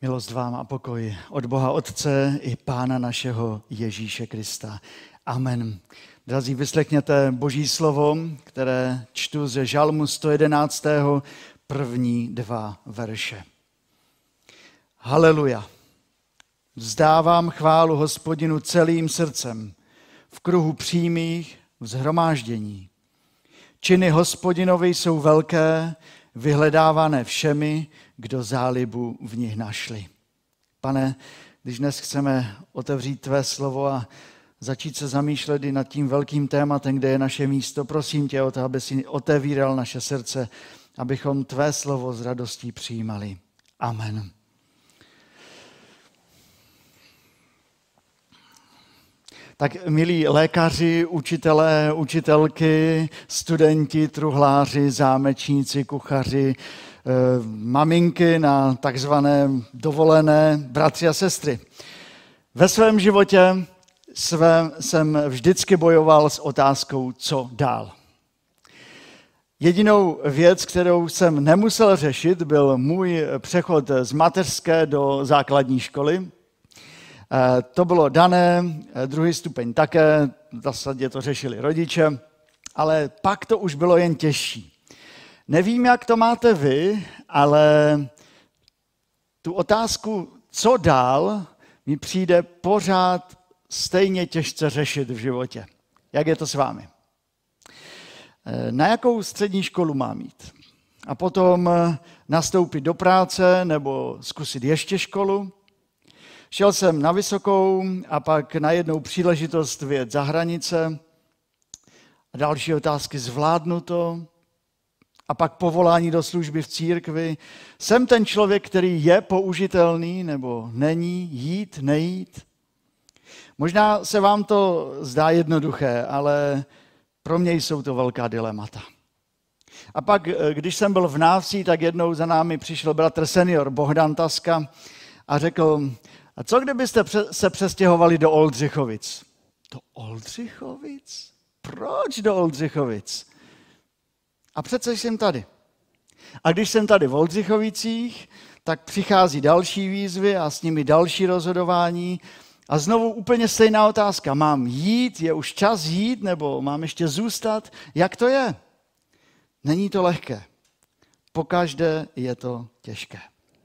Milost vám a pokoj od Boha Otce i Pána našeho Ježíše Krista. Amen. Drazí, vyslechněte Boží slovo, které čtu ze Žalmu 111. první 2 verše. Haleluja. Vzdávám chválu Hospodinu celým srdcem, v kruhu přímých, v shromáždění. Činy Hospodinovi jsou velké, vyhledávané všemi, kdo zálibu v nich našli. Pane, když dnes chceme otevřít tvé slovo a začít se zamýšlet i nad tím velkým tématem, kde je naše místo, prosím tě o to, aby si otevíral naše srdce, abychom tvé slovo s radostí přijímali. Amen. Tak milí lékaři, učitelé, učitelky, studenti, truhláři, zámečníci, kuchaři, maminky na takzvané dovolené, bratři a sestry. Ve svém životě jsem vždycky bojoval s otázkou, co dál. Jedinou věc, kterou jsem nemusel řešit, byl můj přechod z mateřské do základní školy. To bylo dané, druhý stupeň také, v zásadě to řešili rodiče, ale pak to už bylo jen těžší. Nevím, jak to máte vy, ale tu otázku, co dál, mi přijde pořád stejně těžce řešit v životě. Jak je to s vámi? Na jakou střední školu mám jít? A potom nastoupit do práce nebo zkusit ještě školu? Šel jsem na vysokou a pak na jednou příležitost vyjet za hranice. A další otázky, zvládnu to? A pak povolání do služby v církvi. Jsem ten člověk, který je použitelný nebo není, jít, nejít? Možná se vám to zdá jednoduché, ale pro mě jsou to velká dilemata. A pak, když jsem byl v Návsi, tak jednou za námi přišel bratr senior Bohdan Taska a řekl, a co kdybyste se přestěhovali do Oldřichovic? Do Oldřichovic? Proč do Oldřichovic? A přece jsem tady. A když jsem tady v Oldřichovicích, tak přichází další výzvy a s nimi další rozhodování. A znovu úplně stejná otázka. Mám jít? Je už čas jít? Nebo mám ještě zůstat? Jak to je? Není to lehké. Pokaždé je to těžké.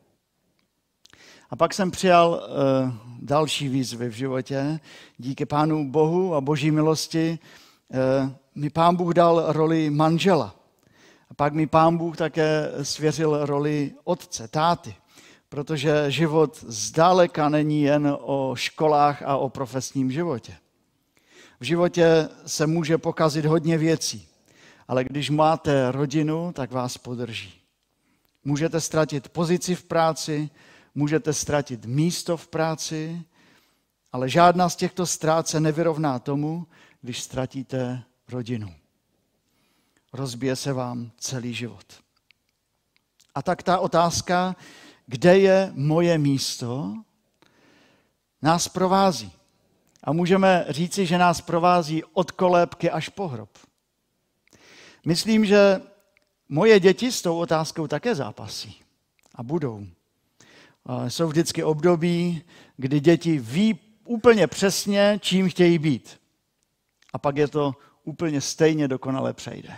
A pak jsem přijal další výzvy v životě. Díky Pánu Bohu a Boží milosti mi Pán Bůh dal roli manžela. A pak mi Pán Bůh také svěřil roli otce, táty, protože život zdaleka není jen o školách a o profesním životě. V životě se může pokazit hodně věcí, ale když máte rodinu, tak vás podrží. Můžete ztratit pozici v práci, můžete ztratit místo v práci, ale žádná z těchto ztrát se nevyrovná tomu, když ztratíte rodinu. Rozbije se vám celý život. A tak ta otázka, kde je moje místo, nás provází. A můžeme říci, že nás provází od kolébky až po hrob. Myslím, že moje děti s tou otázkou také zápasí. A budou. Jsou vždycky období, kdy děti ví úplně přesně, čím chtějí být. A pak je to úplně stejně dokonale přejde.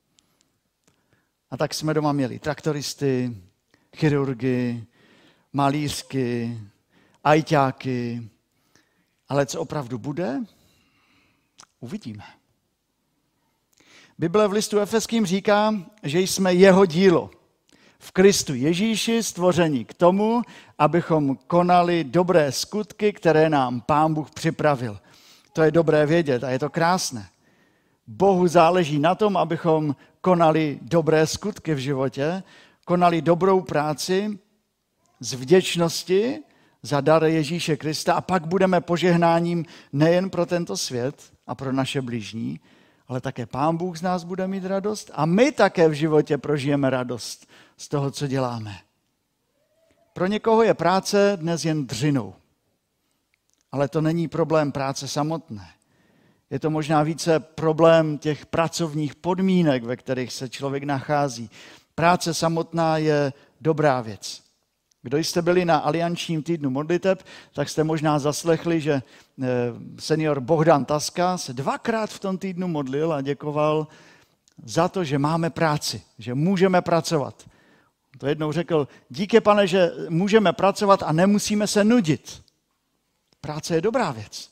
A tak jsme doma měli traktoristy, chirurgy, malířky, ajťáky. Ale co opravdu bude? Uvidíme. Bible v listu Efeským říká, že jsme jeho dílo. V Kristu Ježíši stvoření k tomu, abychom konali dobré skutky, které nám Pán Bůh připravil. To je dobré vědět a je to krásné. Bohu záleží na tom, abychom konali dobré skutky v životě, konali dobrou práci z vděčnosti za dar Ježíše Krista a pak budeme požehnáním nejen pro tento svět a pro naše bližní, ale také Pán Bůh z nás bude mít radost a my také v životě prožijeme radost z toho, co děláme. Pro někoho je práce dnes jen dřinou, ale to není problém práce samotné. Je to možná více problém těch pracovních podmínek, ve kterých se člověk nachází. Práce samotná je dobrá věc. Kdo jste byli na aliančním týdnu modliteb, tak jste možná zaslechli, že senior Bohdan Taska se 2krát v tom týdnu modlil a děkoval za to, že máme práci, že můžeme pracovat. To jednou řekl, díky pane, že můžeme pracovat a nemusíme se nudit. Práce je dobrá věc.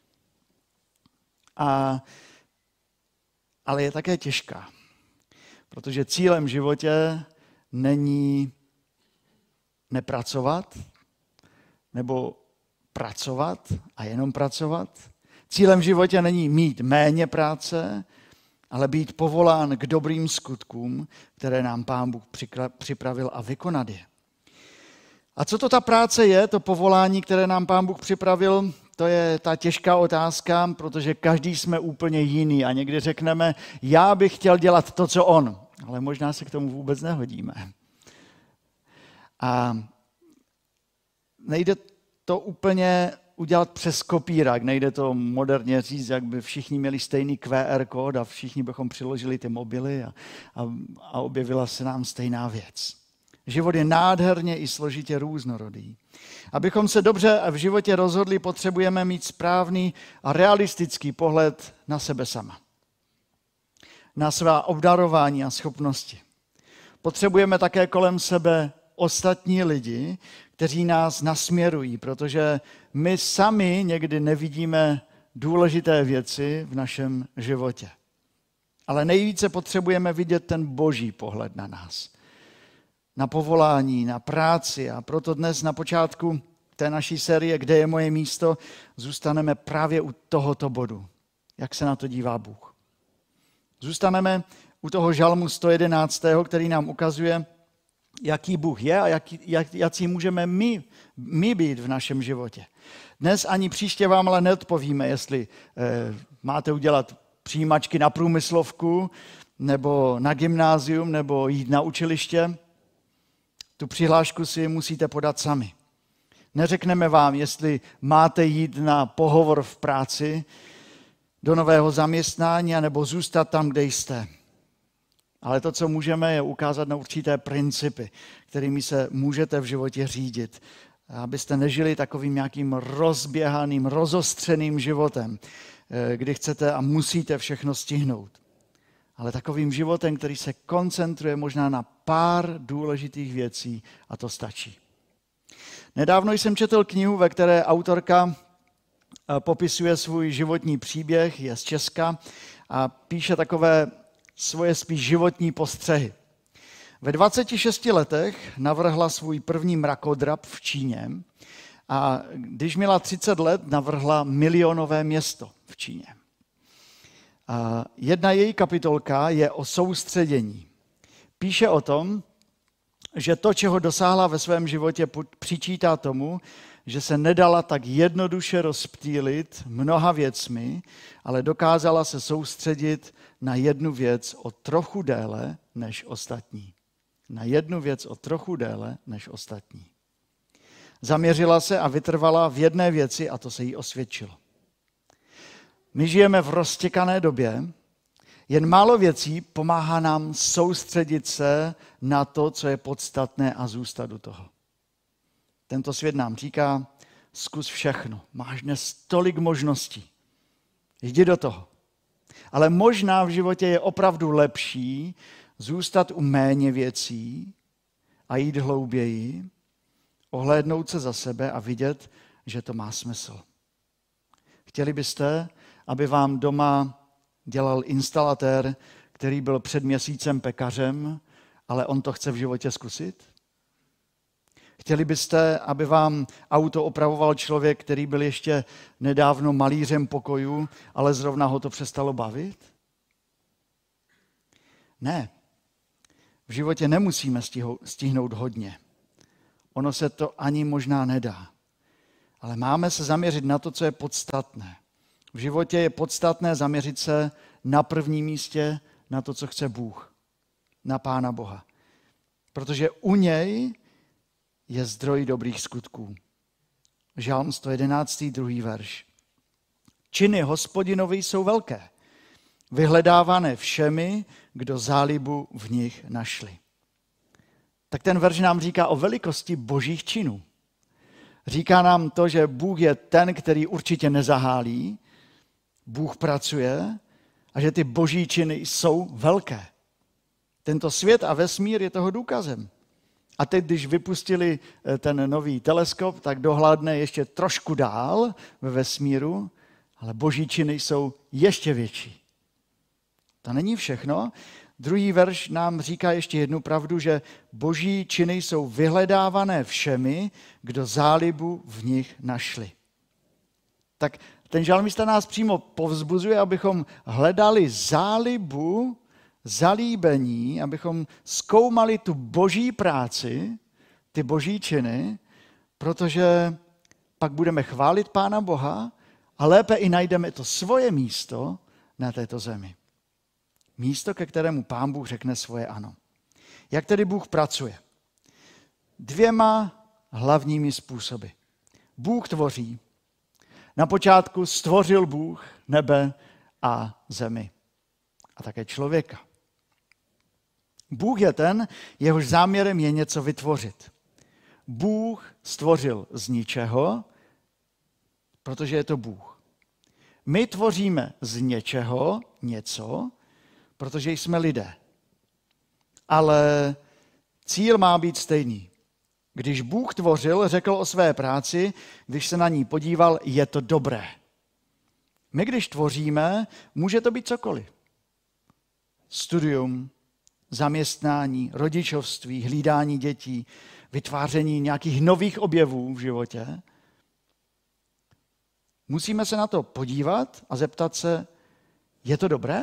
Ale je také těžká, protože cílem v životě není nepracovat, nebo pracovat a jenom pracovat. Cílem v životě není mít méně práce, ale být povolán k dobrým skutkům, které nám Pán Bůh připravil a vykonat je. A co to ta práce je, to povolání, které nám Pán Bůh připravil, to je ta těžká otázka, protože každý jsme úplně jiný a někdy řekneme, já bych chtěl dělat to, co on, ale možná se k tomu vůbec nehodíme. A nejde to úplně udělat přes kopírák, nejde to moderně říct, jak by všichni měli stejný QR kód a všichni bychom přiložili ty mobily a objevila se nám stejná věc. Život je nádherně i složitě různorodý. Abychom se dobře v životě rozhodli, potřebujeme mít správný a realistický pohled na sebe sama. Na svá obdarování a schopnosti. Potřebujeme také kolem sebe ostatní lidi, kteří nás nasměrují, protože my sami někdy nevidíme důležité věci v našem životě. Ale nejvíce potřebujeme vidět ten boží pohled na nás. Na povolání, na práci a proto dnes na počátku té naší série Kde je moje místo, zůstaneme právě u tohoto bodu. Jak se na to dívá Bůh. Zůstaneme u toho žalmu 111., který nám ukazuje, jaký Bůh je a jaký můžeme my být v našem životě. Dnes ani příště vám ale neodpovíme, jestli máte udělat přijímačky na průmyslovku, nebo na gymnázium, nebo jít na učiliště. Tu přihlášku si musíte podat sami. Neřekneme vám, jestli máte jít na pohovor v práci, do nového zaměstnání, nebo zůstat tam, kde jste. Ale to, co můžeme, je ukázat na určité principy, kterými se můžete v životě řídit. Abyste nežili takovým nějakým rozběhaným, rozostřeným životem, kdy chcete a musíte všechno stihnout. Ale takovým životem, který se koncentruje možná na pár důležitých věcí a to stačí. Nedávno jsem četl knihu, ve které autorka popisuje svůj životní příběh, je z Česka a píše takové svoje spíš životní postřehy. Ve 26 letech navrhla svůj první mrakodrap v Číně a když měla 30 let, navrhla milionové město v Číně. A jedna její kapitolka je o soustředění. Píše o tom, že to, čeho dosáhla ve svém životě, přičítá tomu, že se nedala tak jednoduše rozptýlit mnoha věcmi, ale dokázala se soustředit na jednu věc o trochu déle než ostatní. Na jednu věc o trochu déle než ostatní. Zaměřila se a vytrvala v jedné věci a to se jí osvědčilo. My žijeme v roztěkané době, jen málo věcí pomáhá nám soustředit se na to, co je podstatné a zůstat u toho. Tento svět nám říká, zkus všechno, máš dnes tolik možností, jdi do toho. Ale možná v životě je opravdu lepší zůstat u méně věcí a jít hlouběji, ohlédnout se za sebe a vidět, že to má smysl. Chtěli byste, aby vám doma dělal instalatér, který byl před měsícem pekařem, ale on to chce v životě zkusit? Chtěli byste, aby vám auto opravoval člověk, který byl ještě nedávno malířem pokojů, ale zrovna ho to přestalo bavit? Ne. V životě nemusíme stihnout hodně. Ono se to ani možná nedá. Ale máme se zaměřit na to, co je podstatné. V životě je podstatné zaměřit se na prvním místě na to, co chce Bůh, na Pána Boha. Protože u něj je zdroj dobrých skutků. Žalm 111. 2. verš. Činy Hospodinovi jsou velké, vyhledávané všemi, kdo zálibu v nich našli. tak ten verš nám říká o velikosti božích činů. Říká nám to, že Bůh je ten, který určitě nezahálí, Bůh pracuje a že ty boží činy jsou velké. Tento svět a vesmír je toho důkazem. A teď, když vypustili ten nový teleskop, tak dohlédne ještě trošku dál ve vesmíru, ale boží činy jsou ještě větší. To není všechno. Druhý verš nám říká ještě jednu pravdu, že boží činy jsou vyhledávané všemi, kdo zálibu v nich našli. Tak ten žalmista nás přímo povzbuzuje, abychom hledali zálibu, zalíbení, abychom zkoumali tu boží práci, ty boží činy, protože pak budeme chválit Pána Boha a lépe i najdeme to svoje místo na této zemi. Místo, ke kterému Pán Bůh řekne svoje ano. Jak tedy Bůh pracuje? Dvěma hlavními způsoby. Bůh tvoří. Na počátku stvořil Bůh nebe a zemi. A také člověka. Bůh je ten, jehož záměrem je něco vytvořit. Bůh stvořil z ničeho, protože je to Bůh. My tvoříme z něčeho něco, protože jsme lidé. Ale cíl má být stejný. Když Bůh tvořil, řekl o své práci, když se na ní podíval, je to dobré. My, když tvoříme, může to být cokoliv. Studium, zaměstnání, rodičovství, hlídání dětí, vytváření nějakých nových objevů v životě. Musíme se na to podívat a zeptat se, je to dobré?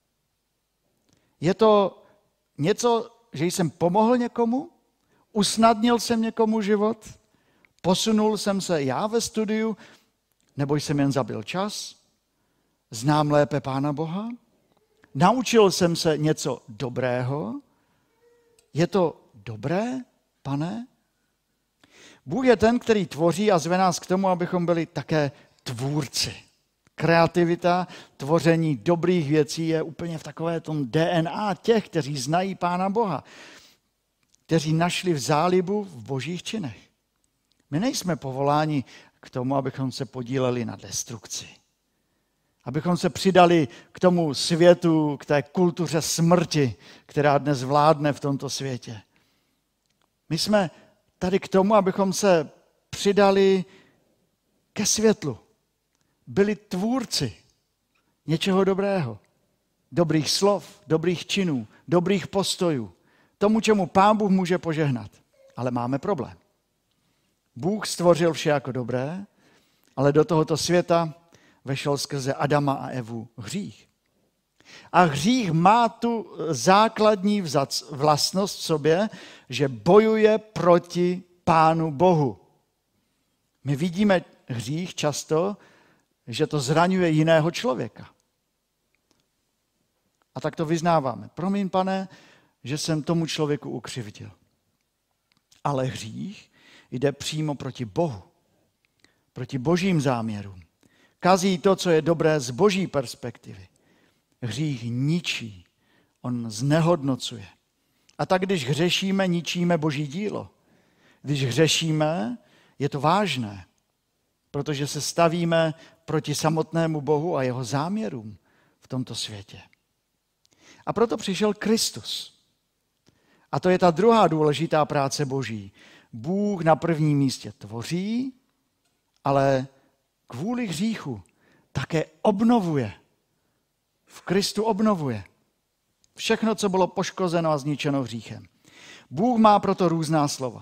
Je to něco, že jsem pomohl někomu? Usnadnil jsem někomu život? Posunul jsem se já ve studiu? Nebo jsem jen zabil čas? Znám lépe Pána Boha? Naučil jsem se něco dobrého? Je to dobré, Pane? Bůh je ten, který tvoří a zve nás k tomu, abychom byli také tvůrci. Kreativita, tvoření dobrých věcí je úplně v takové tom DNA těch, kteří znají Pána Boha, kteří našli v zálibu v božích činech. My nejsme povoláni k tomu, abychom se podíleli na destrukci. Abychom se přidali k tomu světu, k té kultuře smrti, která dnes vládne v tomto světě. My jsme tady k tomu, abychom se přidali ke světlu. Byli tvůrci něčeho dobrého. Dobrých slov, dobrých činů, dobrých postojů. Tomu, čemu Pán Bůh může požehnat. Ale máme problém. Bůh stvořil vše jako dobré, ale do tohoto světa vešel skrze Adama a Evu hřích. A hřích má tu základní vlastnost v sobě, že bojuje proti Pánu Bohu. My vidíme hřích často, že to zraňuje jiného člověka. A tak to vyznáváme. Promiň, Pane, že jsem tomu člověku ukřivdil. Ale hřích jde přímo proti Bohu, proti božím záměrům. Kazí to, co je dobré z boží perspektivy. Hřích ničí, on znehodnocuje. A tak, když hřešíme, ničíme boží dílo. Když hřešíme, je to vážné, protože se stavíme proti samotnému Bohu a jeho záměrům v tomto světě. A proto přišel Kristus. A to je ta druhá důležitá práce boží. Bůh na prvním místě tvoří, ale kvůli hříchu také obnovuje. V Kristu obnovuje. Všechno, co bylo poškozeno a zničeno hříchem. Bůh má proto různá slova.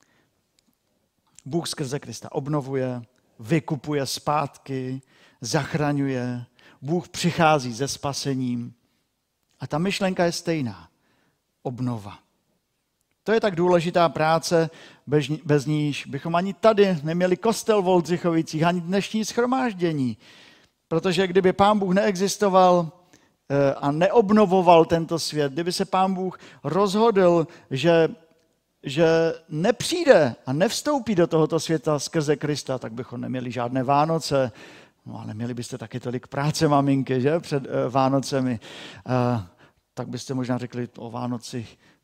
Bůh skrze Krista obnovuje, vykupuje zpátky, zachraňuje. Bůh přichází se spasením. A ta myšlenka je stejná. Obnova. To je tak důležitá práce, bez níž bychom ani tady neměli kostel v Oldřichovicích, ani dnešní shromáždění. Protože kdyby Pán Bůh neexistoval a neobnovoval tento svět, kdyby se Pán Bůh rozhodl, že nepřijde a nevstoupí do tohoto světa skrze Krista, tak bychom neměli žádné Vánoce. No ale měli byste taky tolik práce, maminky, že, před Vánocemi. Tak byste možná řekli o Vánocích,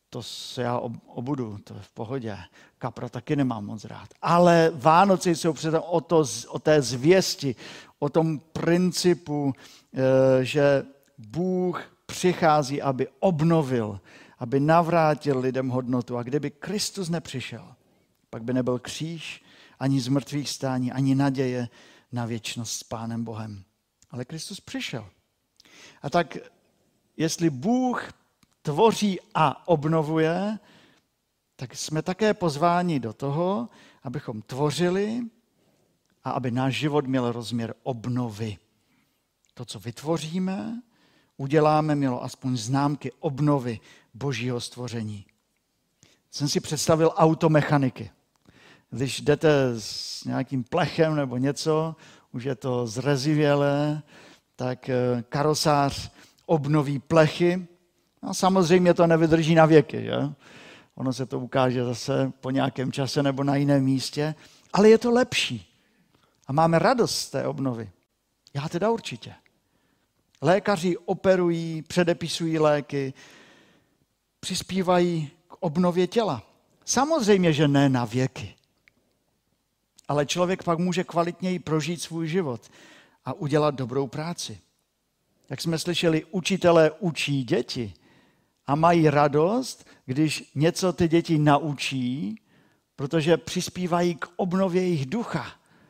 to se já obudu, to je v pohodě. Kapra taky nemám moc rád. Ale Vánoce jsou přece o té zvěsti, o tom principu, že Bůh přichází, aby obnovil, aby navrátil lidem hodnotu. A kdyby Kristus nepřišel, pak by nebyl kříž, ani zmrtvých stání, ani naděje na věčnost s Pánem Bohem. Ale Kristus přišel. A tak, jestli Bůh tvoří a obnovuje, tak jsme také pozváni do toho, abychom tvořili a aby náš život měl rozměr obnovy. To, co vytvoříme, uděláme, mělo aspoň známky obnovy Božího stvoření. Jsem si představil automechaniky. Když jdete s nějakým plechem nebo něco, už je to zrezivělé, tak karosář obnoví plechy. A samozřejmě to nevydrží na věky, že? Ono se to ukáže zase po nějakém čase nebo na jiném místě, ale je to lepší. A máme radost z té obnovy. Já teda určitě. Lékaři operují, předepisují léky, přispívají k obnově těla. Samozřejmě, že ne na věky. Ale člověk pak může kvalitněji prožít svůj život a udělat dobrou práci. Jak jsme slyšeli, učitelé učí děti a mají radost, když něco ty děti naučí, protože přispívají k obnově jejich ducha.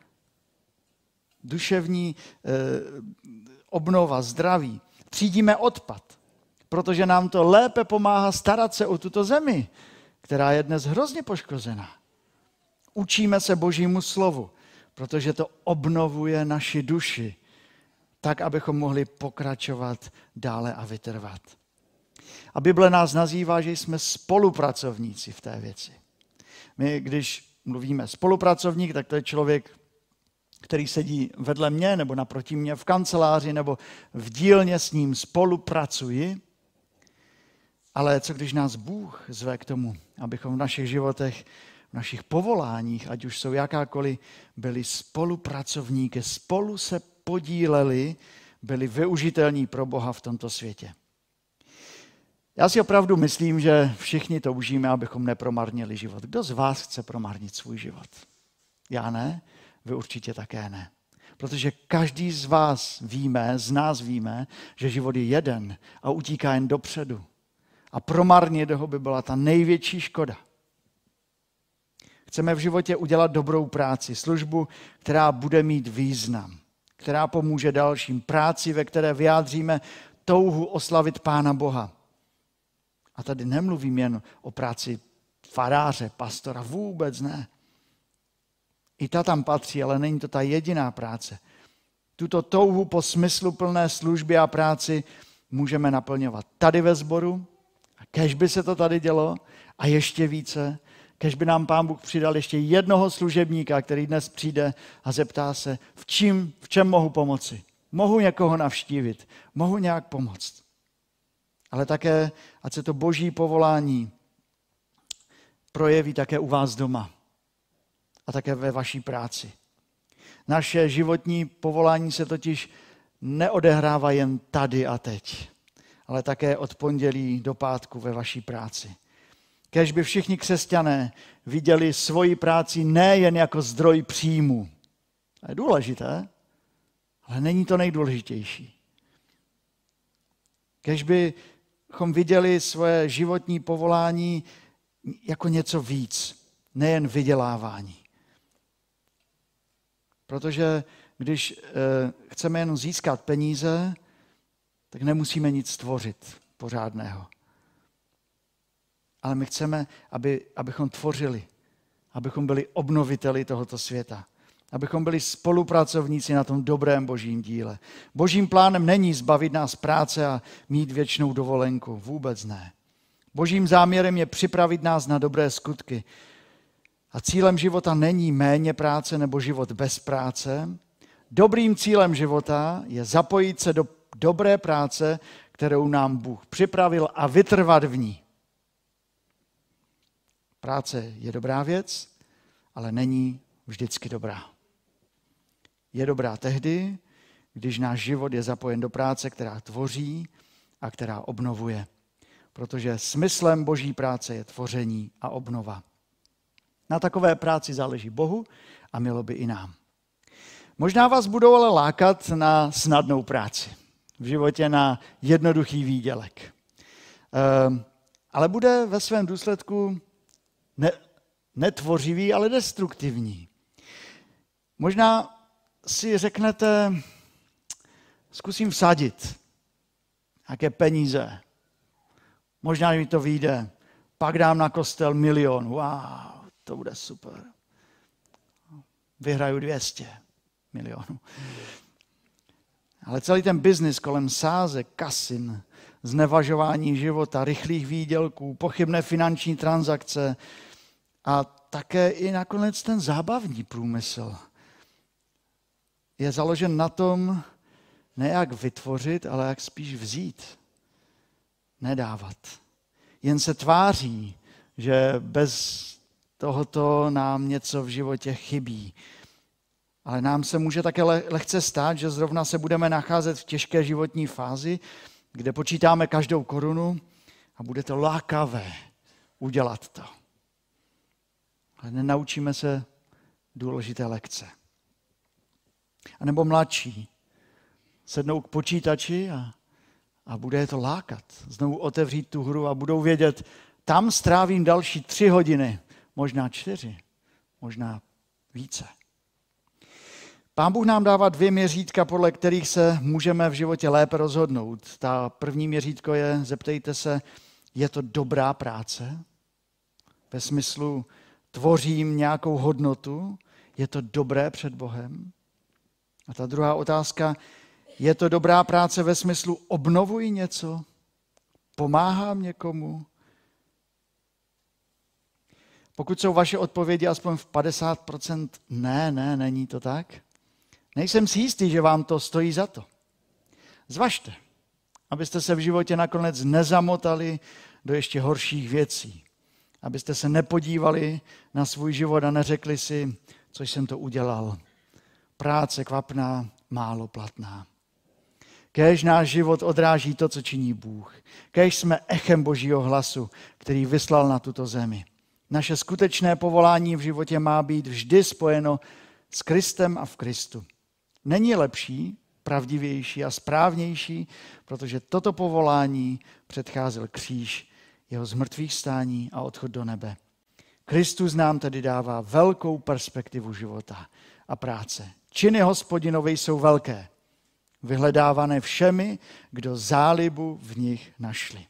Duševní obnova, zdraví. Třídíme odpad, protože nám to lépe pomáhá starat se o tuto zemi, která je dnes hrozně poškozená. Učíme se Božímu slovu, protože to obnovuje naši duši, tak, abychom mohli pokračovat dále a vytrvat. A Bible nás nazývá, že jsme spolupracovníci v té věci. My, když mluvíme spolupracovník, tak to je člověk, který sedí vedle mě nebo naproti mě v kanceláři nebo v dílně, s ním spolupracuji. Ale co když nás Bůh zve k tomu, abychom v našich životech, v našich povoláních, ať už jsou jakákoliv, byli spolupracovníky, spolu se podíleli, byli využitelní pro Boha v tomto světě. Já si opravdu myslím, že všichni toužíme, abychom nepromarnili život. Kdo z vás chce promarnit svůj život? Já ne, vy určitě také ne. Protože každý z nás víme, že život je jeden a utíká jen dopředu. A promarnit ho by byla ta největší škoda. Chceme v životě udělat dobrou práci, službu, která bude mít význam, která pomůže dalším, práci, ve které vyjádříme touhu oslavit Pána Boha. A tady nemluvím jen o práci faráře, pastora, vůbec ne. I ta tam patří, ale není to ta jediná práce. Tuto touhu po smysluplné službě a práci můžeme naplňovat tady ve sboru, a kéž by se to tady dělo, a ještě více, kéž by nám Pán Bůh přidal ještě jednoho služebníka, který dnes přijde a zeptá se, v čem mohu pomoci. Mohu někoho navštívit, mohu nějak pomoct. Ale také, ať se to Boží povolání projeví také u vás doma a také ve vaší práci. Naše životní povolání se totiž neodehrává jen tady a teď, ale také od pondělí do pátku ve vaší práci. Kéž by všichni křesťané viděli svoji práci nejen jako zdroj příjmu. To je důležité, ale není to nejdůležitější. Kéž bychom viděli svoje životní povolání jako něco víc, nejen vydělávání. Protože když chceme jen získat peníze, tak nemusíme nic stvořit pořádného. Ale my chceme, abychom tvořili, abychom byli obnoviteli tohoto světa, abychom byli spolupracovníci na tom dobrém Božím díle. Božím plánem není zbavit nás práce a mít věčnou dovolenku, vůbec ne. Božím záměrem je připravit nás na dobré skutky. A cílem života není méně práce nebo život bez práce. Dobrým cílem života je zapojit se do dobré práce, kterou nám Bůh připravil, a vytrvat v ní. Práce je dobrá věc, ale není vždycky dobrá. Je dobrá tehdy, když náš život je zapojen do práce, která tvoří a která obnovuje. protože smyslem Boží práce je tvoření a obnova. Na takové práci záleží Bohu a mělo by i nám. Možná vás budou ale lákat na snadnou práci, v životě na jednoduchý výdělek. Ale bude ve svém důsledku netvořivý, ale destruktivní. Možná si řeknete, zkusím vsadit nějaké peníze. Možná mi to vyjde, pak dám na kostel 1 000 000. Wow, to bude super. Vyhraju 200 milionů. Ale celý ten biznis kolem sázek, kasin, znevažování života, rychlých výdělků, pochybné finanční transakce a také i nakonec ten zábavní průmysl je založen na tom, ne jak vytvořit, ale jak spíš vzít, nedávat. Jen se tváří, že bez tohoto nám něco v životě chybí. Ale nám se může také lehce stát, že zrovna se budeme nacházet v těžké životní fázi, kde počítáme každou korunu a bude to lákavé udělat to. Ale nenaučíme se důležité lekce. A nebo mladší sednou k počítači a bude je to lákat. Znovu otevřít tu hru a budou vědět, tam strávím další 3 hodiny, možná 4, možná více. Pán Bůh nám dává 2 měřítka, podle kterých se můžeme v životě lépe rozhodnout. Ta první měřítko je, zeptejte se, je to dobrá práce? Ve smyslu, tvořím nějakou hodnotu? Je to dobré před Bohem? A ta druhá otázka, je to dobrá práce ve smyslu, obnovuji něco? Pomáhám někomu? Pokud jsou vaše odpovědi aspoň v 50%, ne, není to tak. Nejsem si jistý, že vám to stojí za to. Zvažte, abyste se v životě nakonec nezamotali do ještě horších věcí. Abyste se nepodívali na svůj život a neřekli si, co jsem to udělal. Práce kvapná, málo platná. Kéž náš život odráží to, co činí Bůh. Kéž jsme echem Božího hlasu, který vyslal na tuto zemi. Naše skutečné povolání v životě má být vždy spojeno s Kristem a v Kristu. Není lepší, pravdivější a správnější, protože toto povolání předcházel kříž, jeho zmrtvých stání a odchod do nebe. Kristus nám tedy dává velkou perspektivu života a práce. Činy Hospodinové jsou velké, vyhledávané všemi, kdo zálibu v nich našli.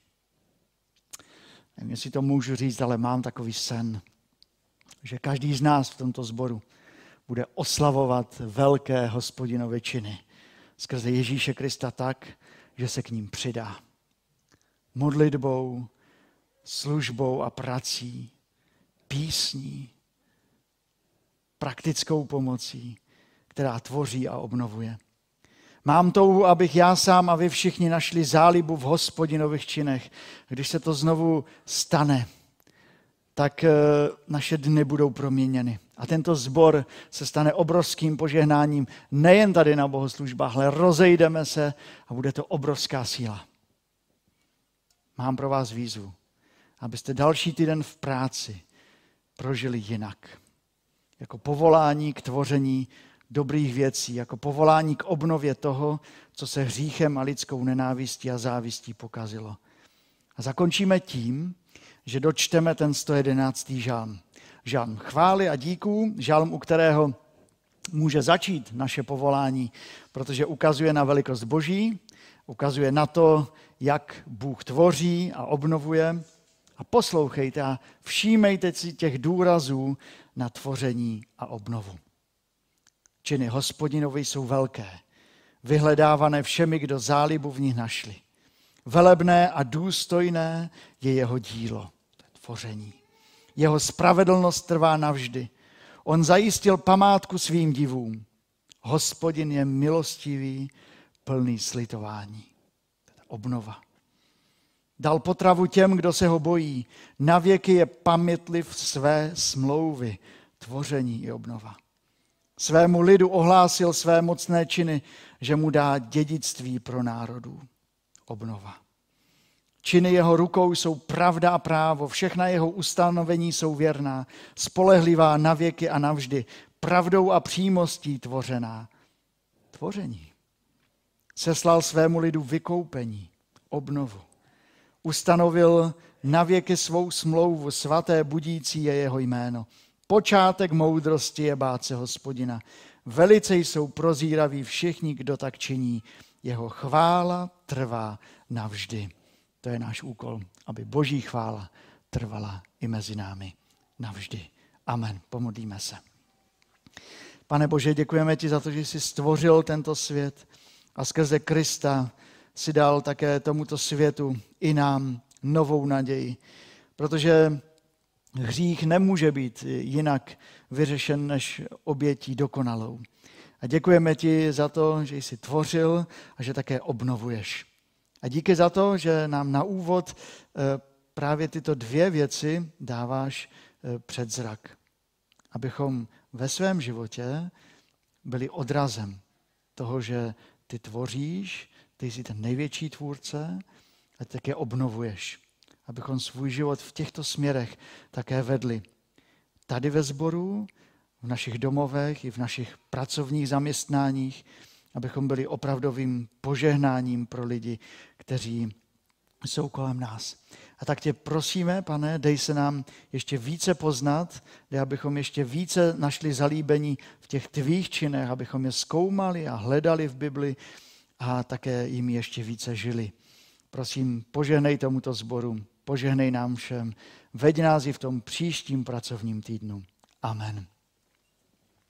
Nevím, jestli to můžu říct, ale mám takový sen, že každý z nás v tomto sboru bude oslavovat velké Hospodinovy činy skrze Ježíše Krista tak, že se k ním přidá. Modlitbou, službou a prací, písní, praktickou pomocí, která tvoří a obnovuje. Mám touhu, abych já sám a vy všichni našli zálibu v Hospodinových činech. Když se to znovu stane, tak naše dny budou proměněny. A tento sbor se stane obrovským požehnáním nejen tady na bohoslužbách, ale rozejdeme se a bude to obrovská síla. Mám pro vás výzvu, abyste další týden v práci prožili jinak. Jako povolání k tvoření dobrých věcí, jako povolání k obnově toho, co se hříchem a lidskou nenávistí a závistí pokazilo. A zakončíme tím, že dočteme ten 111. žalm. Žalm chvály a díků, žalm, u kterého může začít naše povolání, protože ukazuje na velikost Boží, ukazuje na to, jak Bůh tvoří a obnovuje. A poslouchejte a všímejte si těch důrazů na tvoření a obnovu. Činy Hospodinové jsou velké, vyhledávané všemi, kdo zálibu v nich našli. Velebné a důstojné je jeho dílo, tvoření. Jeho spravedlnost trvá navždy. On zajistil památku svým divům. Hospodin je milostivý, plný slitování. Obnova. Dal potravu těm, kdo se ho bojí. Navěky je pamětliv své smlouvy, tvoření i obnova. Svému lidu ohlásil své mocné činy, že mu dá dědictví pro národů. Obnova. Činy jeho rukou jsou pravda a právo, všechna jeho ustanovení jsou věrná, spolehlivá na věky a navždy, pravdou a přímostí tvořená. Tvoření. Seslal svému lidu vykoupení, obnovu. Ustanovil na věky svou smlouvu, svaté budící je jeho jméno. Počátek moudrosti je bát se Hospodina. Velice jsou prozíraví všichni, kdo tak činí. Jeho chvála trvá navždy. To je náš úkol, aby Boží chvála trvala i mezi námi navždy. Amen. Pomodlíme se. Pane Bože, děkujeme ti za to, že jsi stvořil tento svět a skrze Krista si dal také tomuto světu i nám novou naději, protože hřích nemůže být jinak vyřešen než obětí dokonalou. A děkujeme ti za to, že jsi tvořil a že také obnovuješ. A díky za to, že nám na úvod právě tyto dvě věci dáváš před zrak. Abychom ve svém životě byli odrazem toho, že ty tvoříš, ty jsi ten největší tvůrce a také obnovuješ. Abychom svůj život v těchto směrech také vedli. Tady ve sboru, v našich domovech i v našich pracovních zaměstnáních, abychom byli opravdovým požehnáním pro lidi, kteří jsou kolem nás. A tak tě prosíme, Pane, dej se nám ještě více poznat, dej, abychom ještě více našli zalíbení v těch tvých činech, abychom je zkoumali a hledali v Bibli a také jim ještě více žili. Prosím, požehnej tomuto sboru, požehnej nám všem, veď nás i v tom příštím pracovním týdnu. Amen.